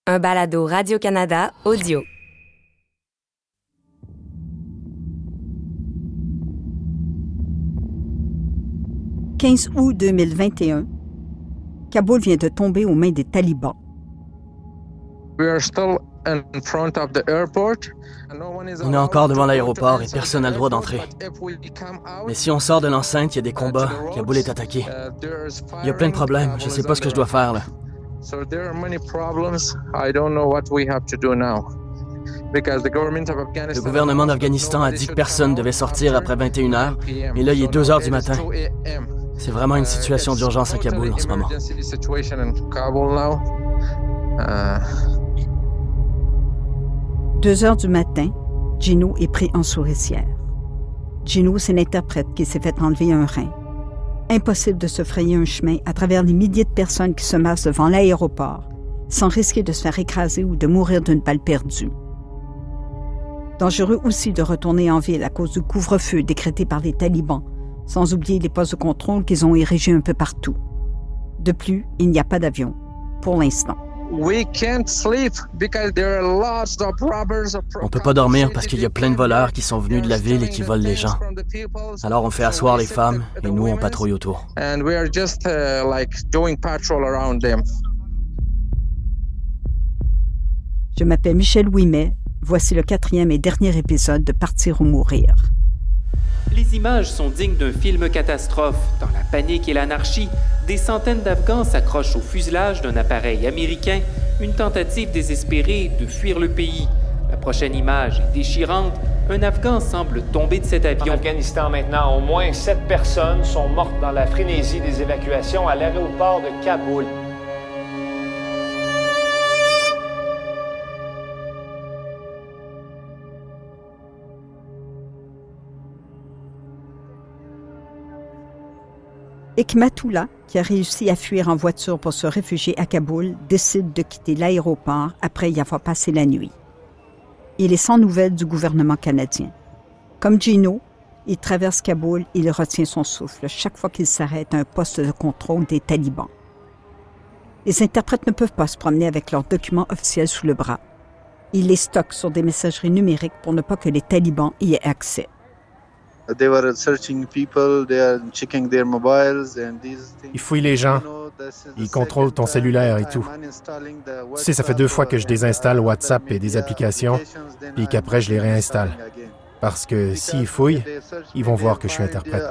Un balado Radio-Canada audio. « 15 août 2021, Kaboul vient de tomber aux mains des talibans. On est encore devant l'aéroport et personne n'a le droit d'entrer. Mais si on sort de l'enceinte, il y a des combats, Kaboul est attaqué. Il y a plein de problèmes, je ne sais pas ce que je dois faire là. Le gouvernement d'Afghanistan a dit que personne ne devait sortir après 21h, et là il est 2h du matin. C'est vraiment une situation d'urgence à Kaboul en ce moment. 2 heures du matin, Gino est pris en souricière. Gino, c'est l'interprète qui s'est fait enlever un rein. Impossible de se frayer un chemin à travers les milliers de personnes qui se massent devant l'aéroport, sans risquer de se faire écraser ou de mourir d'une balle perdue. Dangereux aussi de retourner en ville à cause du couvre-feu décrété par les talibans, sans oublier les postes de contrôle qu'ils ont érigés un peu partout. De plus, il n'y a pas d'avion, pour l'instant. On ne peut pas dormir parce qu'il y a plein de voleurs qui sont venus de la ville et qui volent les gens. Alors on fait asseoir les femmes et nous on patrouille autour. Je m'appelle Michel Ouimet. Voici le 4e et dernier épisode de Partir ou mourir. Les images sont dignes d'un film catastrophe. Dans la panique et l'anarchie, des centaines d'Afghans s'accrochent au fuselage d'un appareil américain, une tentative désespérée de fuir le pays. La prochaine image est déchirante. Un Afghan semble tomber de cet avion. En Afghanistan maintenant, au moins 7 personnes sont mortes dans la frénésie des évacuations à l'aéroport de Kaboul. Hikmatullah, qui a réussi à fuir en voiture pour se réfugier à Kaboul, décide de quitter l'aéroport après y avoir passé la nuit. Il est sans nouvelles du gouvernement canadien. Comme Gino, il traverse Kaboul et il retient son souffle chaque fois qu'il s'arrête à un poste de contrôle des talibans. Les interprètes ne peuvent pas se promener avec leurs documents officiels sous le bras. Ils les stockent sur des messageries numériques pour ne pas que les talibans y aient accès. Ils fouillent les gens, ils contrôlent ton cellulaire et tout. Tu sais, ça fait 2 fois que je désinstalle WhatsApp et des applications, puis qu'après je les réinstalle. Parce que s'ils fouillent, ils vont voir que je suis interprète.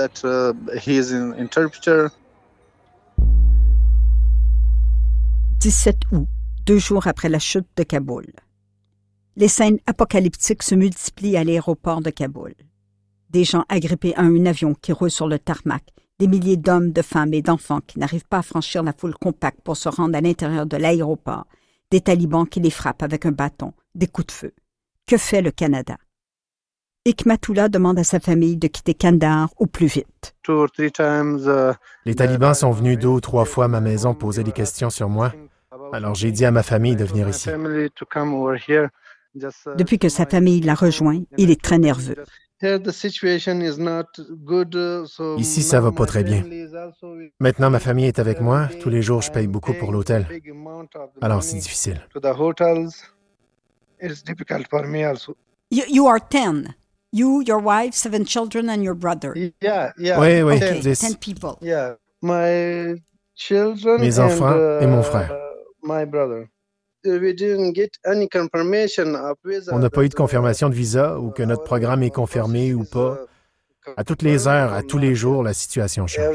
17 août, 2 jours après la chute de Kaboul. Les scènes apocalyptiques se multiplient à l'aéroport de Kaboul. Des gens agrippés à un avion qui roule sur le tarmac, des milliers d'hommes, de femmes et d'enfants qui n'arrivent pas à franchir la foule compacte pour se rendre à l'intérieur de l'aéroport, des talibans qui les frappent avec un bâton, des coups de feu. Que fait le Canada? Hikmatullah demande à sa famille de quitter Kandahar au plus vite. Les talibans sont venus 2 ou 3 fois à ma maison poser des questions sur moi, alors j'ai dit à ma famille de venir ici. Depuis que sa famille l'a rejoint, il est très nerveux. Ici, ça va pas très bien. Maintenant, ma famille est avec moi. Tous les jours, je paye beaucoup pour l'hôtel. Alors, c'est difficile. You are 10. You, your wife, 7 children and your brother. Oui, Okay, 10. 10 people. Mes enfants et mon frère. On n'a pas eu de confirmation de visa ou que notre programme est confirmé ou pas. À toutes les heures, à tous les jours, la situation change.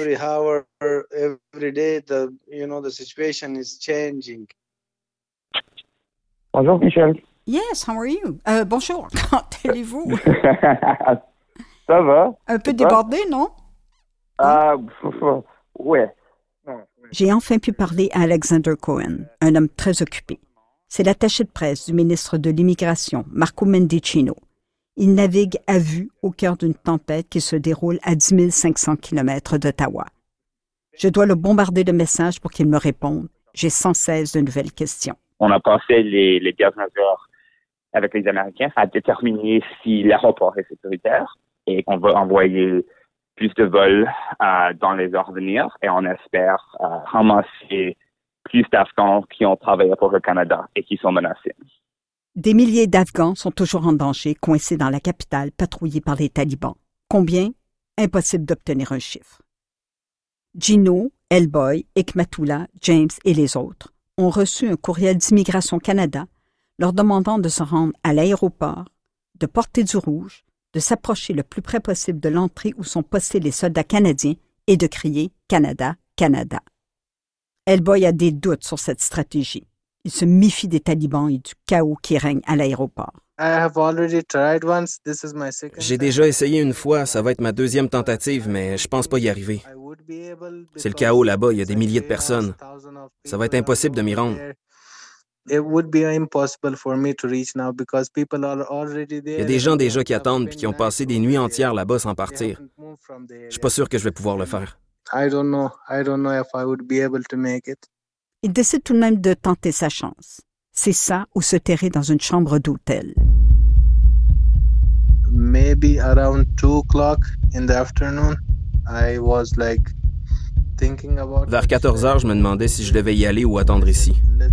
Bonjour Michel. Yes, how are you? Bonjour, comment allez-vous? Ça va? Un peu débordé, non? Ouais. J'ai enfin pu parler à Alexander Cohen, un homme très occupé. C'est l'attaché de presse du ministre de l'Immigration, Marco Mendicino. Il navigue à vue au cœur d'une tempête qui se déroule à 10 500 km d'Ottawa. Je dois le bombarder de messages pour qu'il me réponde. J'ai sans cesse de nouvelles questions. On a passé les dernières heures avec les Américains à déterminer si l'aéroport est sécuritaire et qu'on va envoyer plus de vols dans les heures à venir et on espère ramasser plus d'Afghans qui ont travaillé pour le Canada et qui sont menacés. Des milliers d'Afghans sont toujours en danger, coincés dans la capitale, patrouillés par les talibans. Combien? Impossible d'obtenir un chiffre. Gino, Hellboy, Hikmatullah, James et les autres ont reçu un courriel d'Immigration Canada leur demandant de se rendre à l'aéroport, de porter du rouge, de s'approcher le plus près possible de l'entrée où sont postés les soldats canadiens et de crier « Canada, Canada ». Hellboy a des doutes sur cette stratégie. Il se méfie des talibans et du chaos qui règne à l'aéroport. J'ai déjà essayé une fois, ça va être ma deuxième tentative, mais je pense pas y arriver. C'est le chaos là-bas, il y a des milliers de personnes. Ça va être impossible de m'y rendre. Il y a des gens déjà qui attendent puis qui ont passé des nuits entières là-bas sans partir. Je suis pas sûr que je vais pouvoir le faire. Il décide tout de même de tenter sa chance. C'est ça ou se terrer dans une chambre d'hôtel. Maybe around 2:00 in the afternoon, I was like thinking about. Vers 14 heures, je me demandais si je devais y aller ou attendre ici.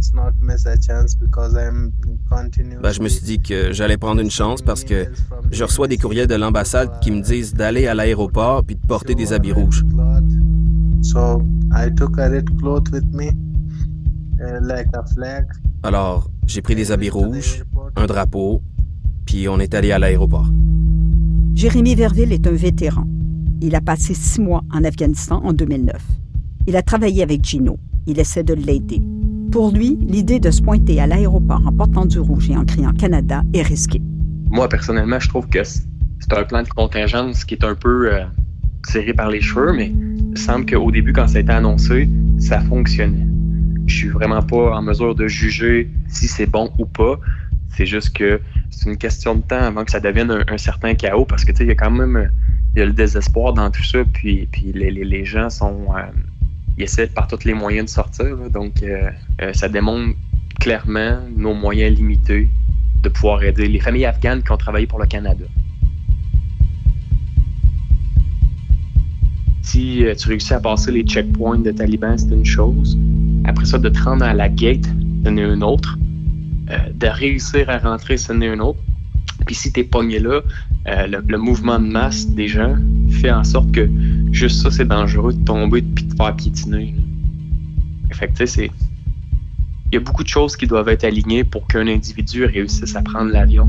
Je me suis dit que j'allais prendre une chance parce que je reçois des courriels de l'ambassade qui me disent d'aller à l'aéroport puis de porter des habits rouges. So I took a red cloth with me, like a flag. Alors, j'ai pris des habits rouges, un drapeau, puis on est allé à l'aéroport. Jérémy Verville est un vétéran. Il a passé 6 mois en Afghanistan en 2009. Il a travaillé avec Gino. Il essaie de l'aider. Pour lui, l'idée de se pointer à l'aéroport en portant du rouge et en criant « Canada » est risquée. Moi, personnellement, je trouve que c'est un plan de contingence qui est un peu tiré par les cheveux, mais il semble qu'au début, quand ça a été annoncé, ça fonctionnait. Je suis vraiment pas en mesure de juger si c'est bon ou pas. C'est juste que c'est une question de temps avant que ça devienne un certain chaos parce que tu sais, il y a quand même le désespoir dans tout ça, puis les gens sont ils essaient par tous les moyens de sortir, là, donc ça démontre clairement nos moyens limités de pouvoir aider les familles afghanes qui ont travaillé pour le Canada. Si tu réussis à passer les checkpoints de talibans, c'est une chose. Après ça, de te rendre à la gate, c'en est une autre. De réussir à rentrer, c'en est une autre. Puis si t'es pogné là, le mouvement de masse des gens fait en sorte que juste ça, c'est dangereux de tomber et de te faire piétiner. Fait que tu sais, il y a beaucoup de choses qui doivent être alignées pour qu'un individu réussisse à prendre l'avion.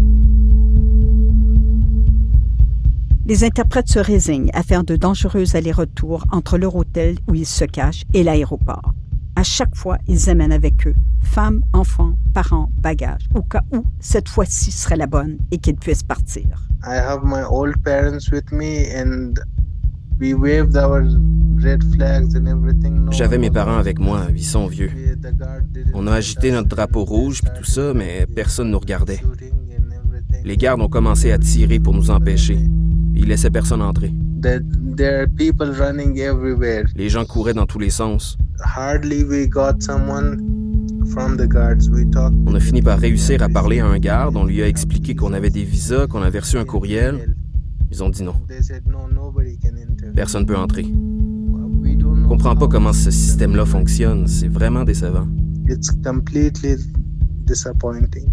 Les interprètes se résignent à faire de dangereux allers-retours entre leur hôtel où ils se cachent et l'aéroport. À chaque fois, ils amènent avec eux femmes, enfants, parents, bagages, au cas où cette fois-ci serait la bonne et qu'ils puissent partir. I have my old parents with me and we waved our red flags and everything. J'avais mes parents avec moi, ils sont vieux. On a agité notre drapeau rouge puis tout ça, mais personne nous regardait. Les gardes ont commencé à tirer pour nous empêcher. Ils laissaient personne entrer. There are people running everywhere. Les gens couraient dans tous les sens. Hardly we got someone from the guards. We talked. On a fini par réussir à parler à un garde. On lui a expliqué qu'on avait des visas, qu'on avait reçu un courriel. Ils ont dit non. Personne ne peut entrer. On ne comprend pas comment ce système-là fonctionne. C'est vraiment décevant. It's completely disappointing.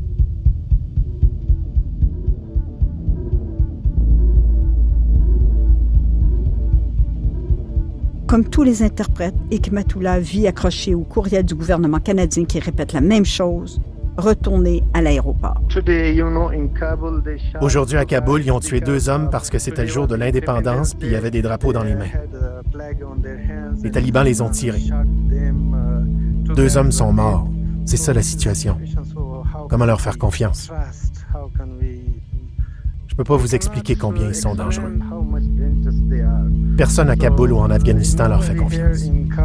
Comme tous les interprètes, Hikmatullah vit accroché au courriel du gouvernement canadien qui répète la même chose, retourner à l'aéroport. Aujourd'hui à Kaboul, ils ont tué 2 hommes parce que c'était le jour de l'indépendance puis il y avait des drapeaux dans les mains. Les talibans les ont tirés. 2 hommes sont morts. C'est ça la situation. Comment leur faire confiance? Je peux pas vous expliquer combien ils sont dangereux. Personne à Kaboul ou en Afghanistan leur fait confiance.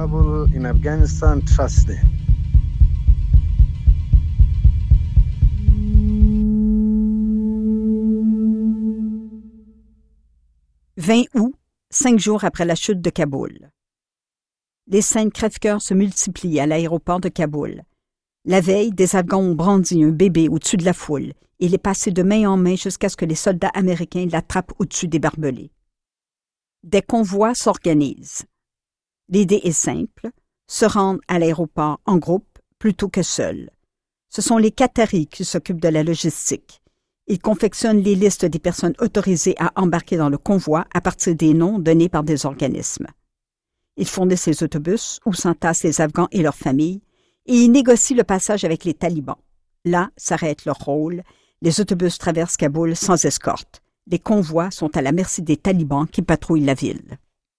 « 20 août, 5 jours après la chute de Kaboul. Les scènes crève-cœur se multiplient à l'aéroport de Kaboul. La veille, des Afghans ont brandi un bébé au-dessus de la foule et les passé de main en main jusqu'à ce que les soldats américains l'attrapent au-dessus des barbelés. Des convois s'organisent. L'idée est simple, se rendent à l'aéroport en groupe plutôt que seuls. Ce sont les Qataris qui s'occupent de la logistique. Ils confectionnent les listes des personnes autorisées à embarquer dans le convoi à partir des noms donnés par des organismes. Ils fournissent les autobus où s'entassent les Afghans et leurs familles et ils négocient le passage avec les talibans. Là s'arrête leur rôle. Les autobus traversent Kaboul sans escorte. Les convois sont à la merci des talibans qui patrouillent la ville.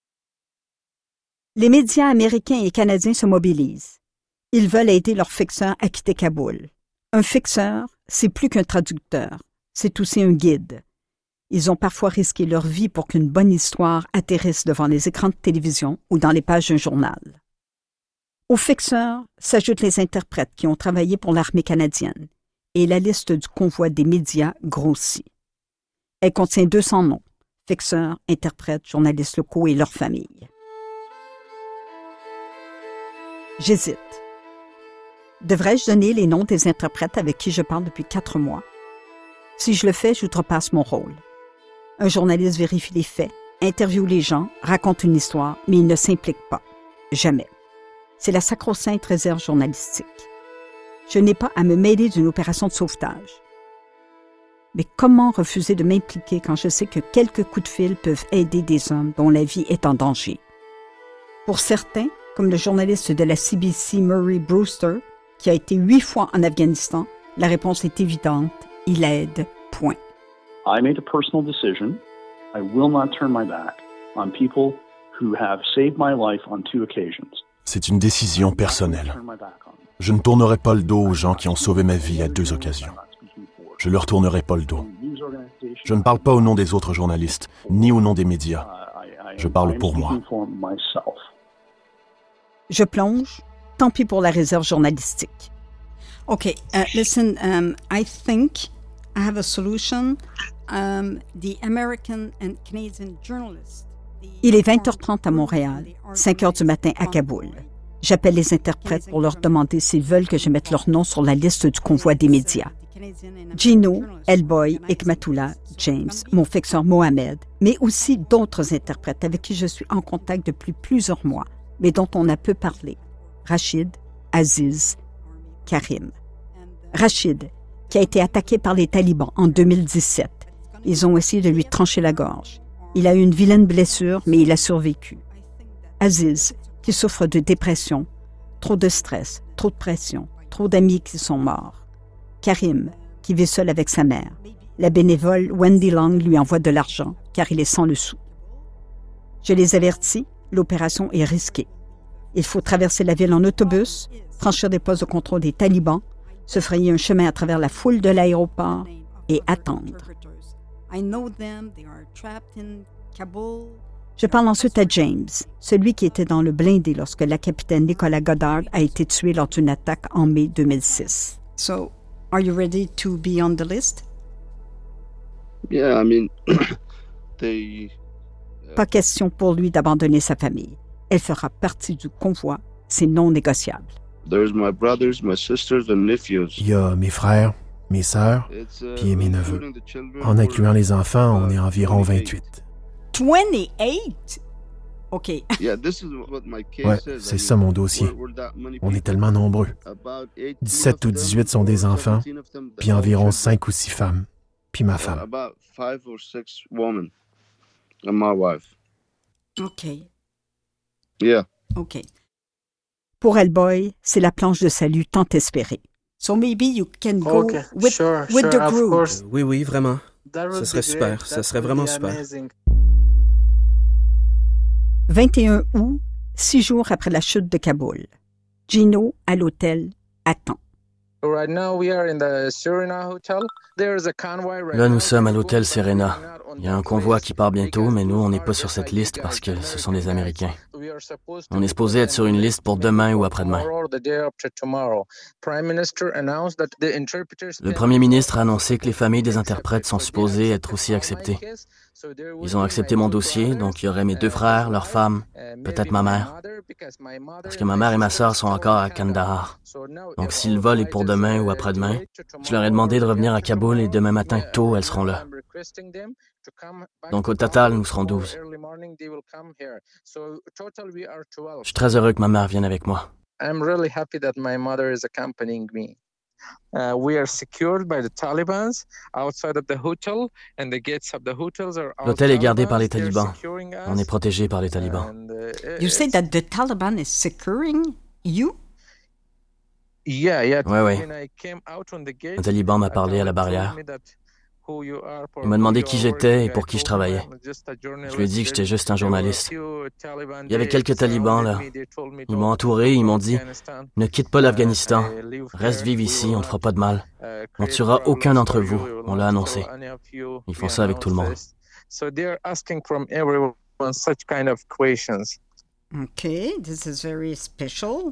Les médias américains et canadiens se mobilisent. Ils veulent aider leur fixeur à quitter Kaboul. Un fixeur, c'est plus qu'un traducteur, c'est aussi un guide. Ils ont parfois risqué leur vie pour qu'une bonne histoire atterrisse devant les écrans de télévision ou dans les pages d'un journal. Aux fixeurs s'ajoutent les interprètes qui ont travaillé pour l'armée canadienne et la liste du convoi des médias grossit. Elle contient 200 noms, fixeurs, interprètes, journalistes locaux et leurs familles. J'hésite. Devrais-je donner les noms des interprètes avec qui je parle depuis 4 mois? Si je le fais, j'outrepasse mon rôle. Un journaliste vérifie les faits, interviewe les gens, raconte une histoire, mais il ne s'implique pas. Jamais. C'est la sacro-sainte réserve journalistique. Je n'ai pas à me mêler d'une opération de sauvetage. Mais comment refuser de m'impliquer quand je sais que quelques coups de fil peuvent aider des hommes dont la vie est en danger? Pour certains, comme le journaliste de la CBC Murray Brewster, qui a été 8 fois en Afghanistan, la réponse est évidente, il aide, point. I made a personal decision. I will not turn my back on people who have saved my life on 2 occasions. C'est une décision personnelle. Je ne tournerai pas le dos aux gens qui ont sauvé ma vie à 2 occasions. Je leur tournerai pas le dos. Je ne parle pas au nom des autres journalistes, ni au nom des médias. Je parle pour moi. Je plonge, tant pis pour la réserve journalistique. Okay, listen, I think I have a solution. The American and Canadian journalists. Il est 20h30 à Montréal, 5h du matin à Kaboul. J'appelle les interprètes pour leur demander s'ils veulent que je mette leur nom sur la liste du convoi des médias. Gino, Elboy, Hikmatullah, James, mon fixeur Mohamed, mais aussi d'autres interprètes avec qui je suis en contact depuis plusieurs mois, mais dont on a peu parlé. Rachid, Aziz, Karim. Rachid, qui a été attaqué par les talibans en 2017. Ils ont essayé de lui trancher la gorge. Il a eu une vilaine blessure, mais il a survécu. Aziz, qui souffre de dépression, trop de stress, trop de pression, trop d'amis qui sont morts. Karim, qui vit seul avec sa mère. La bénévole Wendy Long lui envoie de l'argent, car il est sans le sou. Je les avertis, l'opération est risquée. Il faut traverser la ville en autobus, franchir des postes de contrôle des talibans, se frayer un chemin à travers la foule de l'aéroport et attendre. Je parle ensuite à James, celui qui était dans le blindé lorsque la capitaine Nicolas Goddard a été tuée lors d'une attaque en mai 2006. So, are you ready to be on the list? Yeah, I mean, Pas question pour lui d'abandonner sa famille. Elle fera partie du convoi, c'est non négociable. There's my brothers, my sisters and nephews. Il y a mes frères, mes sœurs, puis mes neveux. En incluant les enfants, on est environ 28. 28? OK. Ouais, c'est ça mon dossier. On est tellement nombreux. 17 ou 18 sont des enfants, puis environ 5 ou 6 femmes, puis ma femme. OK. Yeah. OK. Pour Elboy, c'est la planche de salut tant espérée. So maybe you can go with the group. Oui, vraiment. Ça serait super. Ça serait vraiment super. 21 août, 6 jours après la chute de Kaboul. Gino, à l'hôtel, attend. Là, nous sommes à l'hôtel Serena. Il y a un convoi qui part bientôt, mais nous, on n'est pas sur cette liste parce que ce sont des Américains. On est supposé être sur une liste pour demain ou après-demain. Le premier ministre a annoncé que les familles des interprètes sont supposées être aussi acceptées. Ils ont accepté mon dossier, donc il y aurait mes 2 frères, leurs femmes, peut-être ma mère. Parce que ma mère et ma sœur sont encore à Kandahar. Donc si le vol est pour demain ou après-demain, je leur ai demandé de revenir à Kaboul et demain matin tôt, elles seront là. Donc au total, nous serons 12. Je suis très heureux que ma mère vienne avec moi. L'hôtel est gardé par les talibans. On est protégé par les talibans. You say that the Taliban is securing you? Oui. Un taliban m'a parlé à la barrière. Il m'a demandé qui j'étais et pour qui je travaillais. Je lui ai dit que j'étais juste un journaliste. Il y avait quelques talibans là. Ils m'ont entouré, ils m'ont dit « Ne quitte pas l'Afghanistan. Reste vivre ici, on ne te fera pas de mal. On ne tuera aucun d'entre vous. » On l'a annoncé. Ils font ça avec tout le monde. Okay, this is very special.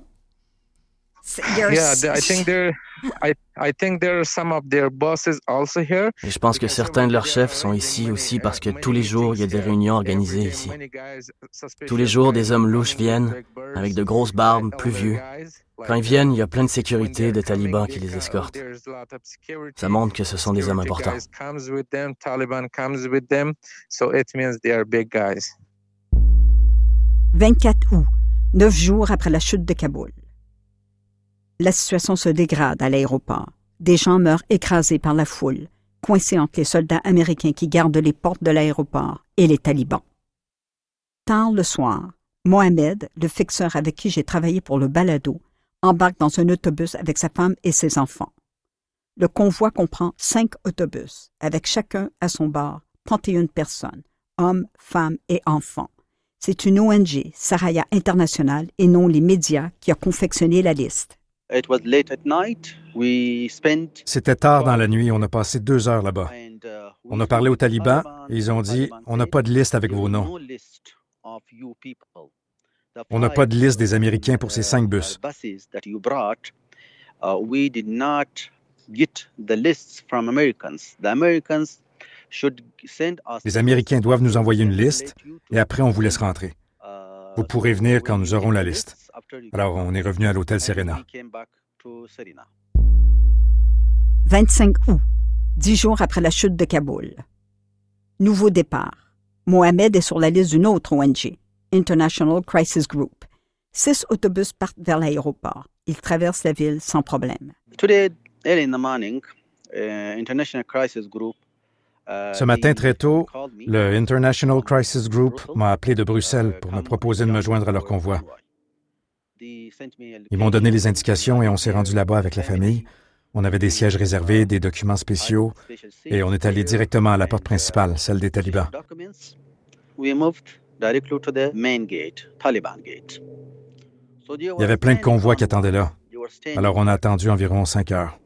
Et je pense que certains de leurs chefs sont ici aussi parce que tous les jours, il y a des réunions organisées ici. Tous les jours, des hommes louches viennent, avec de grosses barbes, plus vieux. Quand ils viennent, il y a plein de sécurité, de talibans qui les escortent. Ça montre que ce sont des hommes importants. 24 août, 9 jours après la chute de Kaboul. La situation se dégrade à l'aéroport. Des gens meurent écrasés par la foule, coincés entre les soldats américains qui gardent les portes de l'aéroport et les talibans. Tard le soir, Mohamed, le fixeur avec qui j'ai travaillé pour le balado, embarque dans un autobus avec sa femme et ses enfants. Le convoi comprend 5 autobus, avec chacun à son bord 31 personnes, hommes, femmes et enfants. C'est une ONG, Saraya International, et non les médias, qui a confectionné la liste. C'était tard dans la nuit, on a passé 2 heures là-bas. On a parlé aux talibans et ils ont dit « On n'a pas de liste avec vos noms. On n'a pas de liste des Américains pour ces 5 bus. » Les Américains doivent nous envoyer une liste et après on vous laisse rentrer. Vous pourrez venir quand nous aurons la liste. Alors, on est revenu à l'hôtel Serena. 25 août, 10 jours après la chute de Kaboul. Nouveau départ. Mohamed est sur la liste d'une autre ONG, International Crisis Group. 6 autobus partent vers l'aéroport. Ils traversent la ville sans problème. Ce matin très tôt, le International Crisis Group m'a appelé de Bruxelles pour me proposer de me joindre à leur convoi. Ils m'ont donné les indications et on s'est rendu là-bas avec la famille. On avait des sièges réservés, des documents spéciaux et on est allé directement à la porte principale, celle des talibans. Il y avait plein de convois qui attendaient là. Alors on a attendu environ 5 heures.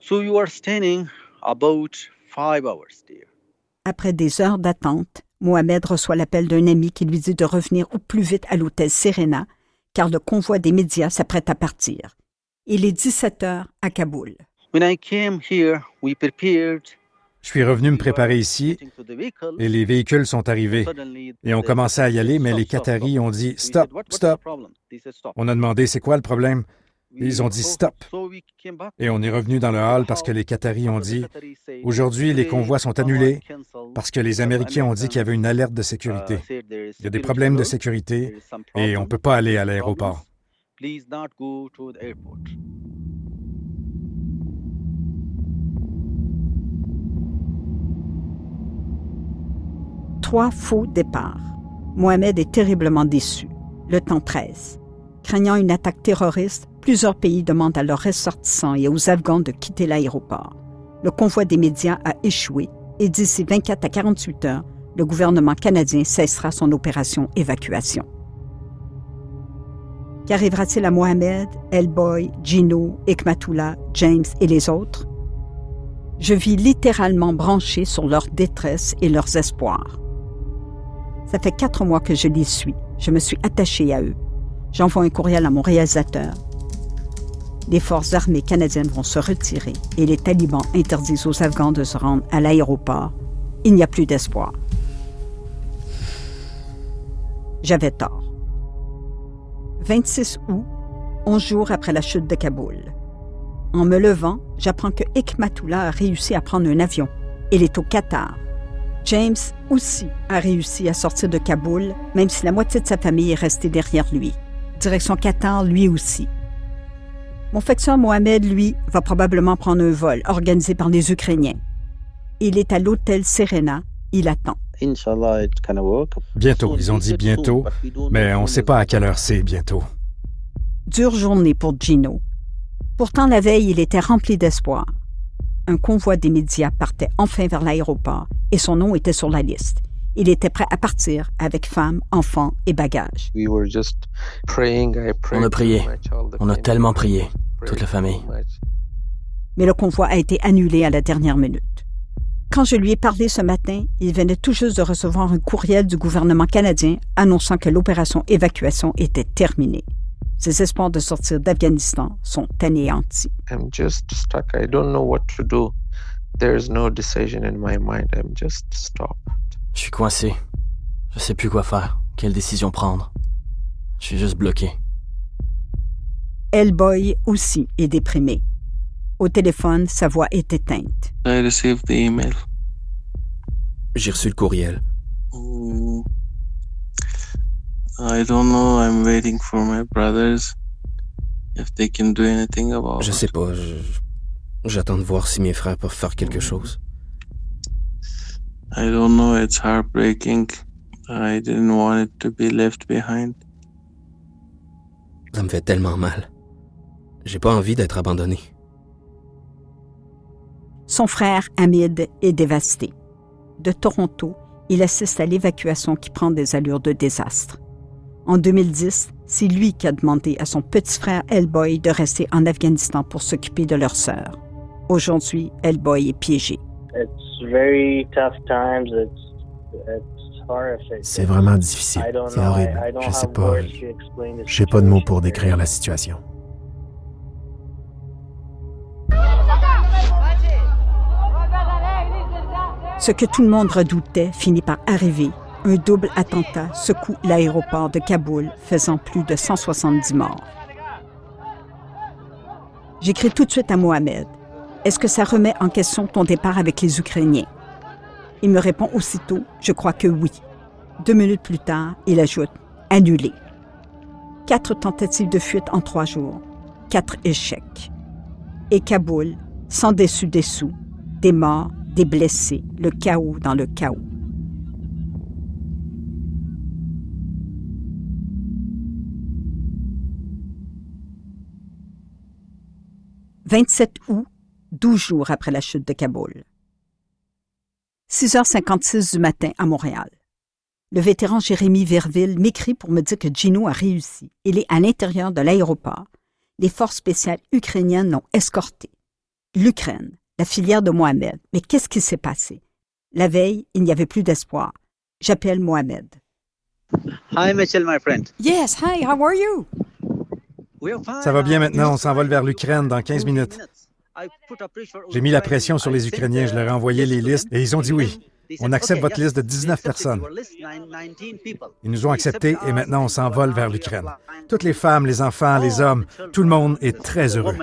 Après des heures d'attente, Mohamed reçoit l'appel d'un ami qui lui dit de revenir au plus vite à l'hôtel Serena, car le convoi des médias s'apprête à partir. Il est 17 heures à Kaboul. Je suis revenu me préparer ici et les véhicules sont arrivés. Et on commençait à y aller, mais les Qataris ont dit « Stop, stop ». On a demandé « C'est quoi le problème ?» Ils ont dit « Stop ». Et on est revenu dans le hall parce que les Qataris ont dit « Aujourd'hui, les convois sont annulés parce que les Américains ont dit qu'il y avait une alerte de sécurité. Il y a des problèmes de sécurité et on ne peut pas aller à l'aéroport. » Trois faux départs. Mohamed est terriblement déçu. Le temps presse. Craignant une attaque terroriste, plusieurs pays demandent à leurs ressortissants et aux Afghans de quitter l'aéroport. Le convoi des médias a échoué et d'ici 24 à 48 heures, le gouvernement canadien cessera son opération évacuation. Qu'arrivera-t-il à Mohamed, Elboy, Gino, Hikmatullah, James et les autres? Je vis littéralement branché sur leur détresse et leurs espoirs. Ça fait 4 mois que je les suis. Je me suis attaché à eux. J'envoie un courriel à mon réalisateur. Les forces armées canadiennes vont se retirer et les talibans interdisent aux Afghans de se rendre à l'aéroport. Il n'y a plus d'espoir. J'avais tort. 26 août, 11 jours après la chute de Kaboul. En me levant, j'apprends que Hikmatullah a réussi à prendre un avion. Il est au Qatar. James aussi a réussi à sortir de Kaboul, même si la moitié de sa famille est restée derrière lui. Direction Qatar, lui aussi. Mon facteur Mohamed, lui, va probablement prendre un vol organisé par les Ukrainiens. Il est à l'hôtel Serena. Il attend. Bientôt, ils ont dit bientôt, mais on ne sait pas à quelle heure c'est bientôt. Dure journée pour Gino. Pourtant, la veille, il était rempli d'espoir. Un convoi des médias partait enfin vers l'aéroport et son nom était sur la liste. Il était prêt à partir avec femme, enfants et bagages. On a prié. On a tellement prié, toute la famille. Mais le convoi a été annulé à la dernière minute. Quand je lui ai parlé ce matin, il venait tout juste de recevoir un courriel du gouvernement canadien annonçant que l'opération évacuation était terminée. Ses espoirs de sortir d'Afghanistan sont anéantis. I'm just stuck. I don't know what to do. There's no decision in my mind. I'm just stopped. Je suis coincé. Je sais plus quoi faire. Quelle décision prendre. Je suis juste bloqué. Hellboy aussi est déprimé. Au téléphone, sa voix est éteinte. I received the email. J'ai reçu le courriel. I don't know. I'm waiting for my brothers. If they can do anything about it. Je sais pas. J'attends de voir si mes frères peuvent faire quelque chose. I don't know. It's heartbreaking. I didn't want it to be left behind. Ça me fait tellement mal. J'ai pas envie d'être abandonné. Son frère, Hamid, est dévasté. De Toronto, il assiste à l'évacuation qui prend des allures de désastre. En 2010, c'est lui qui a demandé à son petit frère Hellboy de rester en Afghanistan pour s'occuper de leur sœur. Aujourd'hui, Hellboy est piégé. C'est vraiment difficile. C'est horrible. Je sais pas. J'ai pas de mots pour décrire la situation. Ce que tout le monde redoutait finit par arriver. Un double attentat secoue l'aéroport de Kaboul, faisant plus de 170 morts. J'écris tout de suite à Mohamed. Est-ce que ça remet en question ton départ avec les Ukrainiens? Il me répond aussitôt, je crois que oui. 2 minutes plus tard, il ajoute « annulé ». 4 tentatives de fuite en 3 jours, 4 échecs. Et Kaboul, sans dessus-dessous, des morts, des blessés, le chaos dans le chaos. « 27 août, 12 jours après la chute de Kaboul. 6h56 du matin à Montréal. Le vétéran Jérémy Verville m'écrit pour me dire que Gino a réussi. Il est à l'intérieur de l'aéroport. Les forces spéciales ukrainiennes l'ont escorté. L'Ukraine, la filière de Mohamed. Mais qu'est-ce qui s'est passé? La veille, il n'y avait plus d'espoir. J'appelle Mohamed. Hi, Mitchell, my friend. Yes, hi, how are you? Ça va bien maintenant, on s'envole vers l'Ukraine dans 15 minutes. J'ai mis la pression sur les Ukrainiens, je leur ai envoyé les listes et ils ont dit oui. On accepte votre liste de 19 personnes. Ils nous ont acceptés et maintenant on s'envole vers l'Ukraine. Toutes les femmes, les enfants, les hommes, tout le monde est très heureux.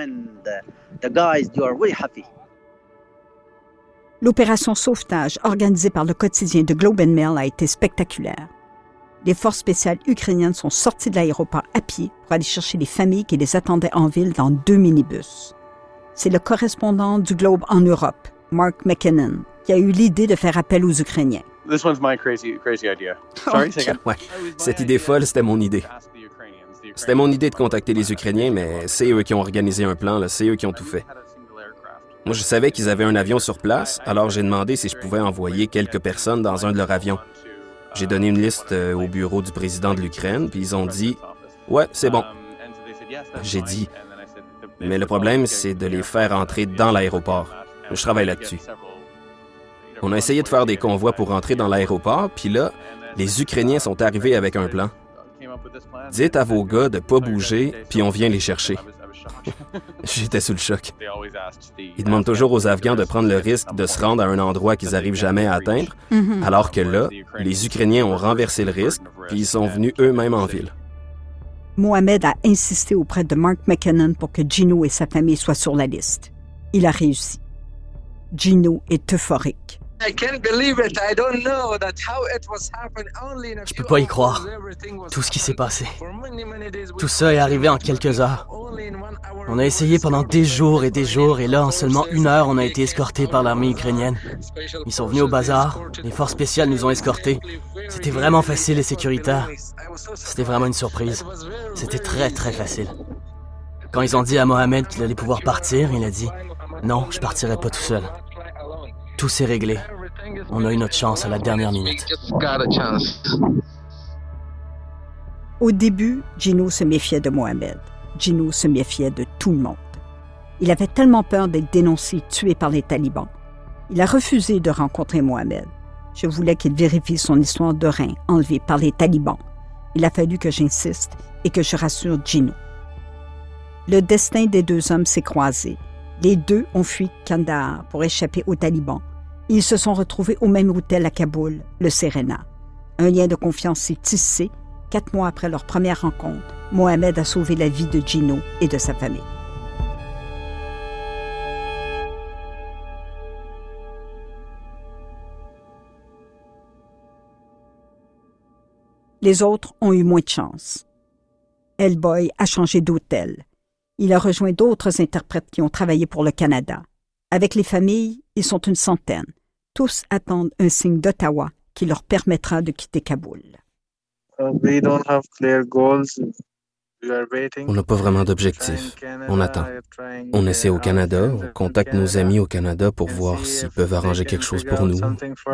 L'opération sauvetage organisée par le quotidien The Globe and Mail a été spectaculaire. Les forces spéciales ukrainiennes sont sorties de l'aéroport à pied pour aller chercher les familles qui les attendaient en ville dans 2 minibus. C'est le correspondant du Globe en Europe, Mark McKinnon, qui a eu l'idée de faire appel aux Ukrainiens. This one's my crazy idea. Sorry, say again? Ouais, cette idée folle, c'était mon idée. C'était mon idée de contacter les Ukrainiens, mais c'est eux qui ont organisé un plan, là, c'est eux qui ont tout fait. Moi, je savais qu'ils avaient un avion sur place, alors j'ai demandé si je pouvais envoyer quelques personnes dans un de leurs avions. J'ai donné une liste au bureau du président de l'Ukraine, puis ils ont dit « Ouais, c'est bon ». J'ai dit « Mais le problème, c'est de les faire entrer dans l'aéroport. Je travaille là-dessus. » On a essayé de faire des convois pour entrer dans l'aéroport, puis là, les Ukrainiens sont arrivés avec un plan. Dites à vos gars de pas bouger, puis on vient les chercher. J'étais sous le choc. Ils demandent toujours aux Afghans de prendre le risque de se rendre à un endroit qu'ils n'arrivent jamais à atteindre, alors que là, les Ukrainiens ont renversé le risque, puis ils sont venus eux-mêmes en ville. Mohamed a insisté auprès de Mark McKinnon pour que Gino et sa famille soient sur la liste. Il a réussi. Gino est euphorique. Je peux pas y croire. Tout ce qui s'est passé. Tout ça est arrivé en quelques heures. On a essayé pendant des jours, et là, en seulement 1 heure, on a été escortés par l'armée ukrainienne. Ils sont venus au bazar, les forces spéciales nous ont escortés. C'était vraiment facile et sécuritaire. C'était vraiment une surprise. C'était très, très facile. Quand ils ont dit à Mohamed qu'il allait pouvoir partir, il a dit « Non, je partirai pas tout seul. » Tout s'est réglé. On a eu notre chance à la dernière minute. Au début, Gino se méfiait de Mohamed. Gino se méfiait de tout le monde. Il avait tellement peur d'être dénoncé, tué par les talibans. Il a refusé de rencontrer Mohamed. Je voulais qu'il vérifie son histoire de rein enlevée par les talibans. Il a fallu que j'insiste et que je rassure Gino. Le destin des 2 hommes s'est croisé. Les 2 ont fui Kandahar pour échapper aux talibans. Ils se sont retrouvés au même hôtel à Kaboul, le Serena. Un lien de confiance s'est tissé. 4 mois après leur première rencontre, Mohamed a sauvé la vie de Gino et de sa famille. Les autres ont eu moins de chance. Hellboy a changé d'hôtel. Il a rejoint d'autres interprètes qui ont travaillé pour le Canada. Avec les familles, ils sont une centaine. Tous attendent un signe d'Ottawa qui leur permettra de quitter Kaboul. On n'a pas vraiment d'objectif. On attend. On essaie au Canada, on contacte nos amis au Canada pour voir s'ils peuvent arranger quelque chose pour nous.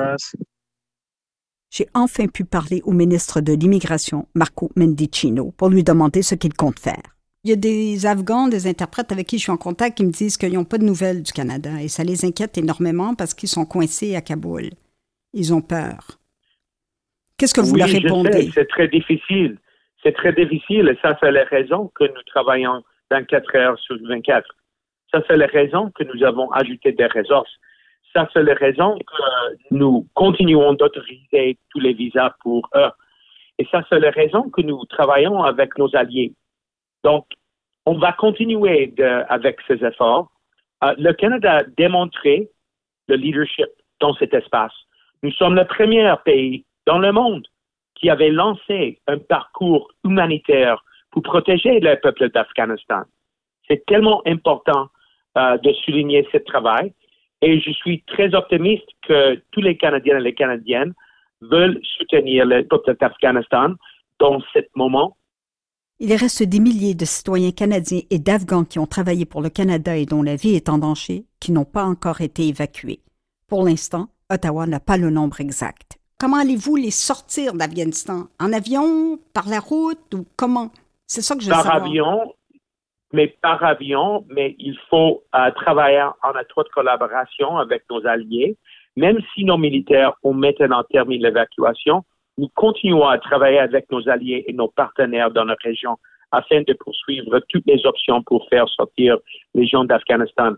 J'ai enfin pu parler au ministre de l'Immigration, Marco Mendicino, pour lui demander ce qu'il compte faire. Il y a des Afghans, des interprètes avec qui je suis en contact qui me disent qu'ils n'ont pas de nouvelles du Canada et ça les inquiète énormément parce qu'ils sont coincés à Kaboul. Ils ont peur. Qu'est-ce que vous leur répondez? Je sais, c'est très difficile. C'est très difficile et ça, c'est la raison que nous travaillons 24 heures sur 24. Ça, c'est la raison que nous avons ajouté des ressources. Ça, c'est la raison que nous continuons d'autoriser tous les visas pour eux. Et ça, c'est la raison que nous travaillons avec nos alliés. Donc, on va continuer avec ces efforts. Le Canada a démontré le leadership dans cet espace. Nous sommes le premier pays dans le monde qui avait lancé un parcours humanitaire pour protéger le peuple d'Afghanistan. C'est tellement important de souligner ce travail et je suis très optimiste que tous les Canadiens et les Canadiennes veulent soutenir le peuple d'Afghanistan dans ce moment. Il reste des milliers de citoyens canadiens et d'Afghans qui ont travaillé pour le Canada et dont la vie est en danger, qui n'ont pas encore été évacués. Pour l'instant, Ottawa n'a pas le nombre exact. Comment allez-vous les sortir d'Afghanistan? En avion, par la route ou comment? C'est ça que je veux savoir. Par avion, mais il faut travailler en étroite collaboration avec nos alliés. Même si nos militaires ont maintenant terminé l'évacuation, nous continuons à travailler avec nos alliés et nos partenaires dans la région afin de poursuivre toutes les options pour faire sortir les gens d'Afghanistan.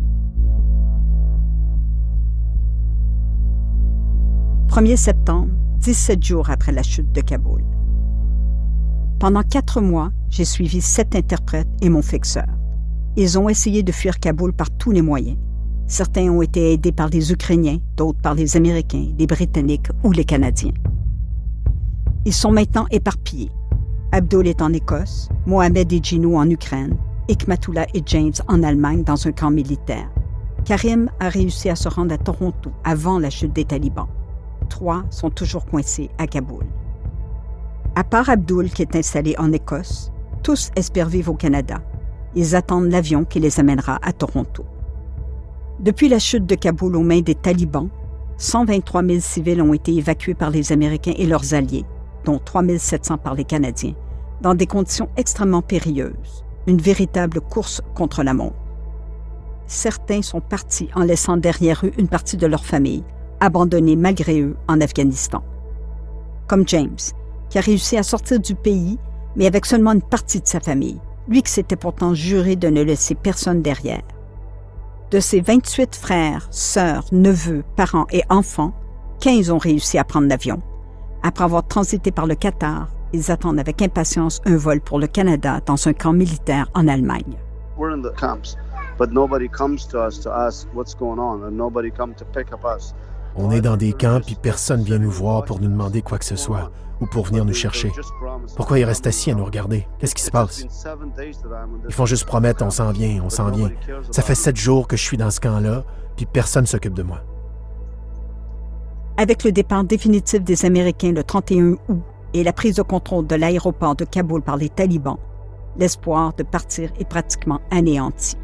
« 1er septembre, 17 jours après la chute de Kaboul. Pendant 4 mois, j'ai suivi 7 interprètes et mon fixeur. Ils ont essayé de fuir Kaboul par tous les moyens. Certains ont été aidés par les Ukrainiens, d'autres par les Américains, les Britanniques ou les Canadiens. Ils sont maintenant éparpillés. Abdul est en Écosse, Mohamed et Gino en Ukraine, Hikmatullah et James en Allemagne dans un camp militaire. Karim a réussi à se rendre à Toronto avant la chute des talibans. 3 sont toujours coincés à Kaboul. À part Abdul qui est installé en Écosse, tous espèrent vivre au Canada. Ils attendent l'avion qui les amènera à Toronto. Depuis la chute de Kaboul aux mains des talibans, 123 000 civils ont été évacués par les Américains et leurs alliés, dont 3 700 par les Canadiens, dans des conditions extrêmement périlleuses, une véritable course contre la montre. Certains sont partis en laissant derrière eux une partie de leur famille, abandonnés malgré eux en Afghanistan. Comme James, qui a réussi à sortir du pays, mais avec seulement une partie de sa famille, lui qui s'était pourtant juré de ne laisser personne derrière. De ses 28 frères, sœurs, neveux, parents et enfants, 15 ont réussi à prendre l'avion. Après avoir transité par le Qatar, ils attendent avec impatience un vol pour le Canada dans un camp militaire en Allemagne. We're in the camps, but nobody comes to us to ask what's going on, and nobody comes to pick up us. On est dans des camps, puis personne vient nous voir pour nous demander quoi que ce soit, ou pour venir nous chercher. Pourquoi ils restent assis à nous regarder? Qu'est-ce qui se passe? Ils font juste promettre, on s'en vient, on s'en vient. Ça fait 7 jours que je suis dans ce camp-là, puis personne ne s'occupe de moi. Avec le départ définitif des Américains le 31 août et la prise de contrôle de l'aéroport de Kaboul par les talibans, l'espoir de partir est pratiquement anéanti.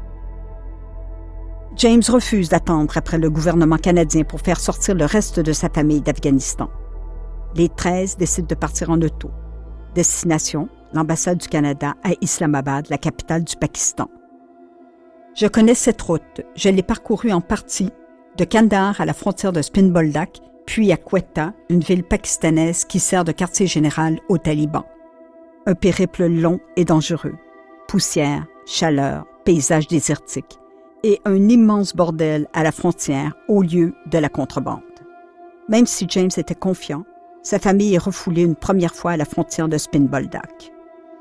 James refuse d'attendre après le gouvernement canadien pour faire sortir le reste de sa famille d'Afghanistan. Les 13 décident de partir en auto. Destination, l'ambassade du Canada à Islamabad, la capitale du Pakistan. Je connais cette route. Je l'ai parcourue en partie de Kandahar à la frontière de Spinboldak, puis à Quetta, une ville pakistanaise qui sert de quartier général aux talibans. Un périple long et dangereux. Poussière, chaleur, paysage désertique et un immense bordel à la frontière au lieu de la contrebande. Même si James était confiant, sa famille est refoulée une première fois à la frontière de Spinboldak.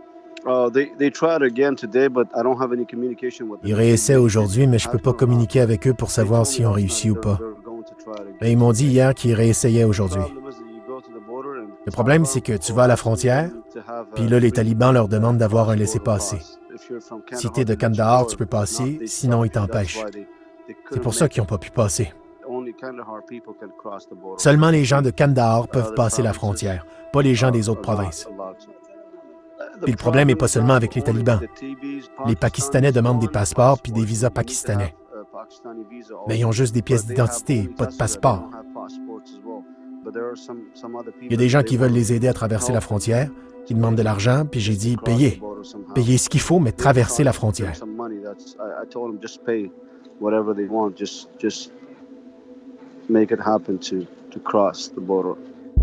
Ils réessaient aujourd'hui, mais je ne peux pas communiquer avec eux pour savoir s'ils ont réussi ou pas. Mais ils m'ont dit hier qu'ils réessayaient aujourd'hui. Le problème, c'est que tu vas à la frontière, puis là, les talibans leur demandent d'avoir un laissez-passer. Si tu es de Kandahar, tu peux passer, sinon ils t'empêchent. C'est pour ça qu'ils n'ont pas pu passer. Seulement les gens de Kandahar peuvent passer la frontière, pas les gens des autres provinces. Puis le problème n'est pas seulement avec les talibans. Les Pakistanais demandent des passeports puis des visas pakistanais. Mais ils ont juste des pièces d'identité, pas de passeport. Il y a des gens qui veulent les aider à traverser la frontière, qui demandent de l'argent, puis j'ai dit payez. Payez ce qu'il faut, mais traversez la frontière. Make it happen to cross the border.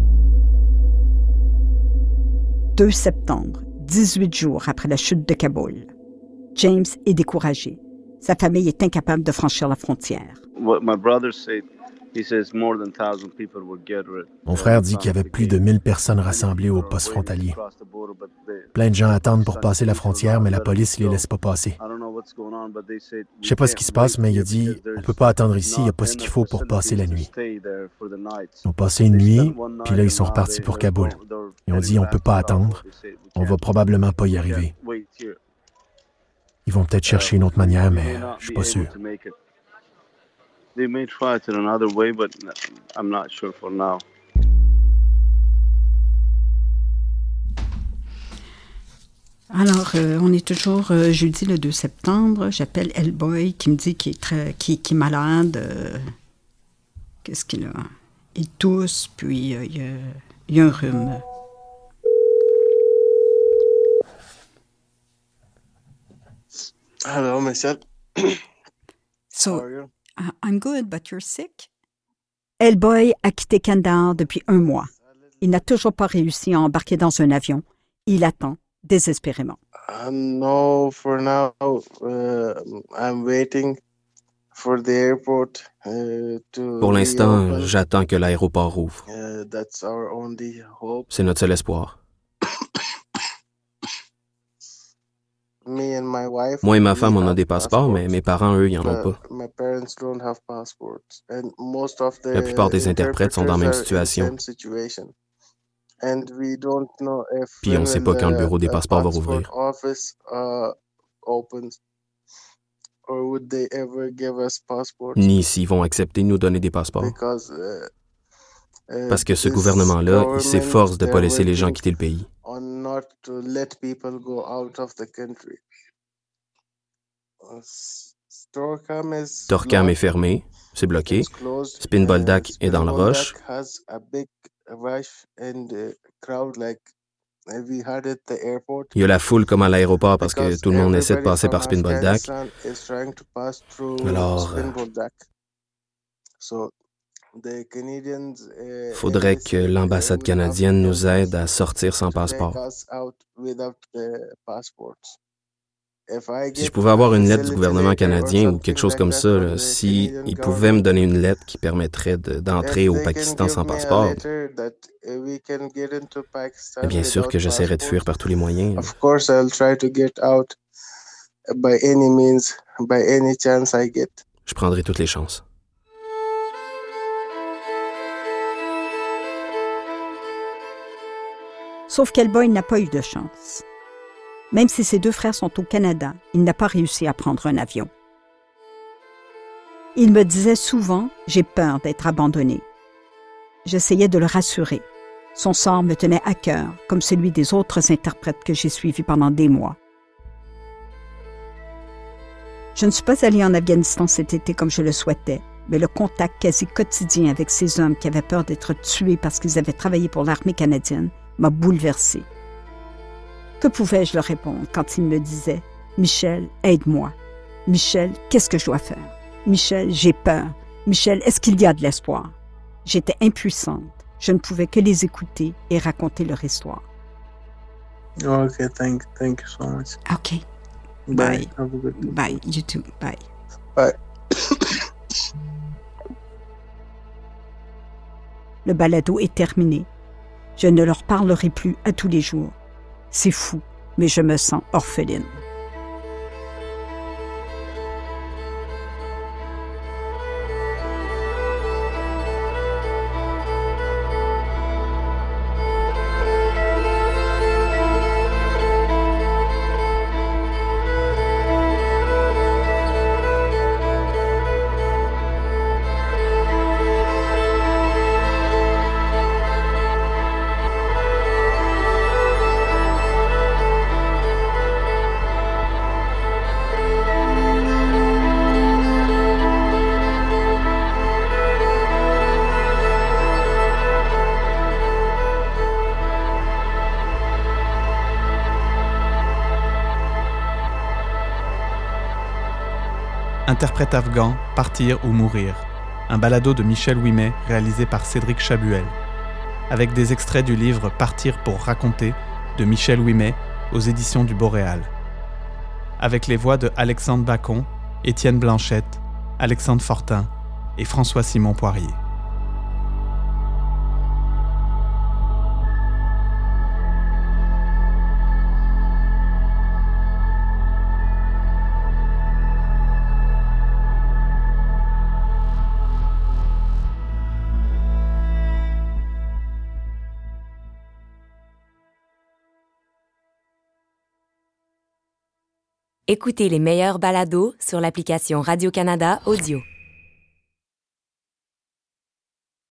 2 septembre, 18 jours après la chute de Kaboul. James est découragé. Sa famille est incapable de franchir la frontière. What my brother said, he says more than 1,000 people were gathered. Mon frère dit qu'il y avait plus de 1000 personnes rassemblées au poste frontalier. Plein de gens attendent pour passer la frontière, mais la police ne les laisse pas passer. Je ne sais pas ce qui se passe, mais il a dit « On ne peut pas attendre ici, il n'y a pas ce qu'il faut pour passer la nuit. » Ils ont passé une nuit, puis là, ils sont repartis pour Kaboul. Ils ont dit « On ne peut pas attendre, on va probablement pas y arriver. » Ils vont peut-être chercher une autre manière, mais je ne suis pas sûr. They may try it in another way, but I'm not sure for now. Alors, on est toujours jeudi le 2 septembre. J'appelle Hellboy qui me dit qu'il est malade. Qu'est-ce qu'il a? Il tousse, puis il y a un rhume. Hello, Michelle. So, I'm good, but you're sick? Hellboy a quitté Kandahar depuis 1 mois. Il n'a toujours pas réussi à embarquer dans un avion. Il attend désespérément. No, for now, I'm waiting for the airport to. Pour l'instant, j'attends que l'aéroport rouvre. That's our only hope. C'est notre seul espoir. Moi et ma femme, on a des passeports, mais mes parents, eux, ils n'en ont pas. La plupart des interprètes sont dans la même situation. Puis on ne sait pas quand le bureau des passeports va rouvrir. Ni s'ils vont accepter de nous donner des passeports. Parce que ce gouvernement-là, il s'efforce de ne pas laisser les gens quitter le pays. Torkham est fermé, c'est bloqué. Spinboldak est dans le rush. Il y a la foule comme à l'aéroport parce que tout le monde essaie de passer par Spinboldak. Alors, faudrait que l'ambassade canadienne nous aide à sortir sans passeport. Si je pouvais avoir une lettre du gouvernement canadien ou quelque chose comme ça, si ils pouvaient me donner une lettre qui permettrait d'entrer au Pakistan sans passeport, bien sûr que j'essaierais de fuir par tous les moyens. Je prendrai toutes les chances. Sauf qu'Hellboy n'a pas eu de chance. Même si ses 2 frères sont au Canada, il n'a pas réussi à prendre un avion. Il me disait souvent « J'ai peur d'être abandonné ». J'essayais de le rassurer. Son sort me tenait à cœur, comme celui des autres interprètes que j'ai suivis pendant des mois. Je ne suis pas allée en Afghanistan cet été comme je le souhaitais, mais le contact quasi quotidien avec ces hommes qui avaient peur d'être tués parce qu'ils avaient travaillé pour l'armée canadienne m'a bouleversée. Que pouvais-je leur répondre quand ils me disaient « Michel, aide-moi. Michel, qu'est-ce que je dois faire? Michel, j'ai peur. Michel, est-ce qu'il y a de l'espoir? » J'étais impuissante. Je ne pouvais que les écouter et raconter leur histoire. Okay, thank you so much. OK. Bye. Bye. Have a good day. Bye. You too. Bye. Bye. Le balado est terminé. Je ne leur parlerai plus à tous les jours. C'est fou, mais je me sens orpheline. Interprète afghan, partir ou mourir. Un balado de Michel Ouimet réalisé par Cédric Chabuel. Avec des extraits du livre Partir pour raconter de Michel Ouimet aux éditions du Boréal. Avec les voix de Alexandre Bacon, Étienne Blanchette, Alexandre Fortin et François-Simon Poirier. Écoutez les meilleurs balados sur l'application Radio-Canada Audio.